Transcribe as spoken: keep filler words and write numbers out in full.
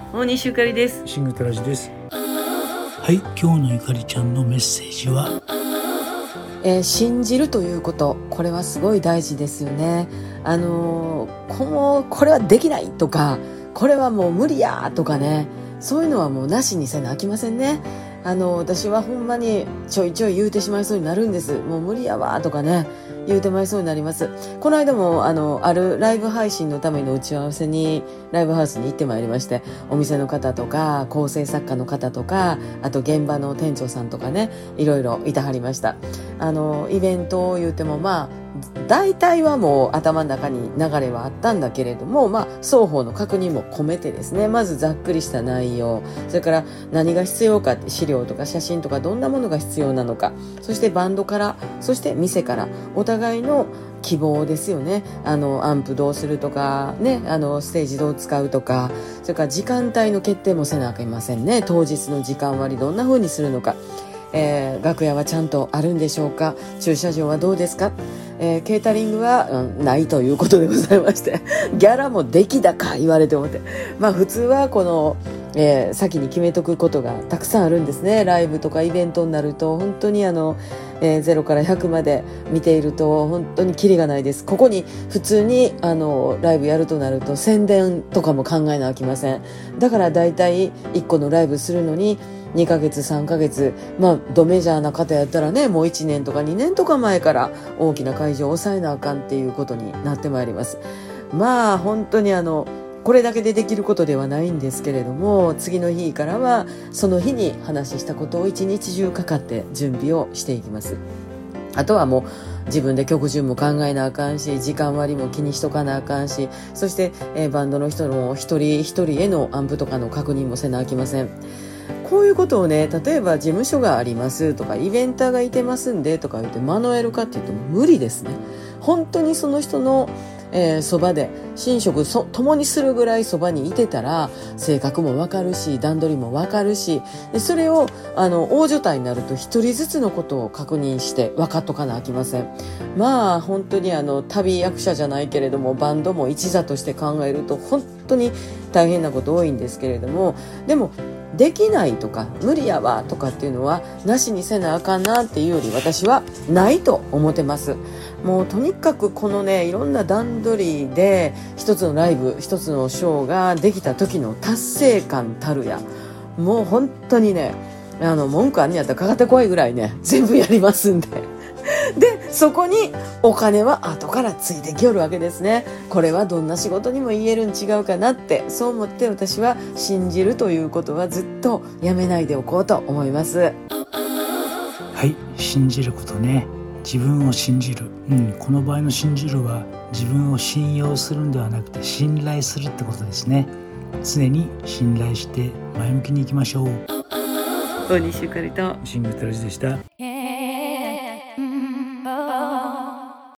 大西ゆかりです。 シングトラジです。はい、今日のゆかりちゃんのメッセージは、 えー、信じるということ、これはすごい大事ですよね。あのー、このこれはできないとか、これはもう無理やとかね、そういうのはもうなしにせなあきませんね。あの私はほんまにちょいちょい言うてしまいそうになるんです。もう無理やわとかね、言うてまいそうになります。この間もあのあるライブ配信のための打ち合わせにライブハウスに行ってまいりまして、お店の方とか構成作家の方とか、あと現場の店長さんとかね、いろいろいたはりました。あのイベントを言うてもまあ大体はもう頭の中に流れはあったんだけれども、まあ、双方の確認も込めてですね、まずざっくりした内容、それから何が必要か、資料とか写真とかどんなものが必要なのか、そしてバンドから、そして店からお互いの希望ですよね。あのアンプどうするとかね、あのステージどう使うとか、それから時間帯の決定もせなあきませんね。当日の時間割どんな風にするのか、えー、楽屋はちゃんとあるんでしょうか、駐車場はどうですか、えー、ケータリングは、うん、ないということでございまして、ギャラも出来高言われてもって、まあ普通はこの、えー、先に決めとくことがたくさんあるんですね。ライブとかイベントになると本当にあの、えー、ゼロからひゃくまで見ていると本当にキリがないです。ここに普通にあのライブやるとなると宣伝とかも考えなあきません。だからだいたいいっこのライブするのににかげつさんかげつ、まあドメジャーな方やったらね、もういちねんとかにねんとか前から大きな会場を抑えなあかんっていうことになってまいります。まあ本当にあのこれだけでできることではないんですけれども、次の日からはその日に話したことを一日中かかって準備をしていきます。あとはもう自分で曲順も考えなあかんし、時間割も気にしとかなあかんし、そして、えー、バンドの人の一人一人へのアンプとかの確認もせなあきません。こういうことをね、例えば事務所がありますとかイベンターがいてますんでとか言って学えるかっていうと無理ですね。本当にその人のえー、そばで寝食そ共にするぐらいそばにいてたら性格も分かるし段取りも分かるし、でそれをあの大所帯になると一人ずつのことを確認して分かっとかなあきません。まあ本当にあの旅役者じゃないけれどもバンドも一座として考えると本当に大変なこと多いんですけれども、でもできないとか無理やわとかっていうのはなしにせなあかんなっていうより私はないと思ってます。もうとにかくこのね、いろんな段取りで一つのライブ一つのショーができた時の達成感たるや、もう本当にね、あの文句あんねやったらかかってこいぐらいね全部やりますんででそこにお金は後からついてきよるわけですね。これはどんな仕事にも言えるん違うかなって、そう思って私は信じるということはずっとやめないでおこうと思います。 はい、信じることね。自分を信じる、うん、この場合の信じるは自分を信用するんではなくて信頼するってことですね。常に信頼して前向きにいきましょう。 大西ゆかりとシングトラジでした。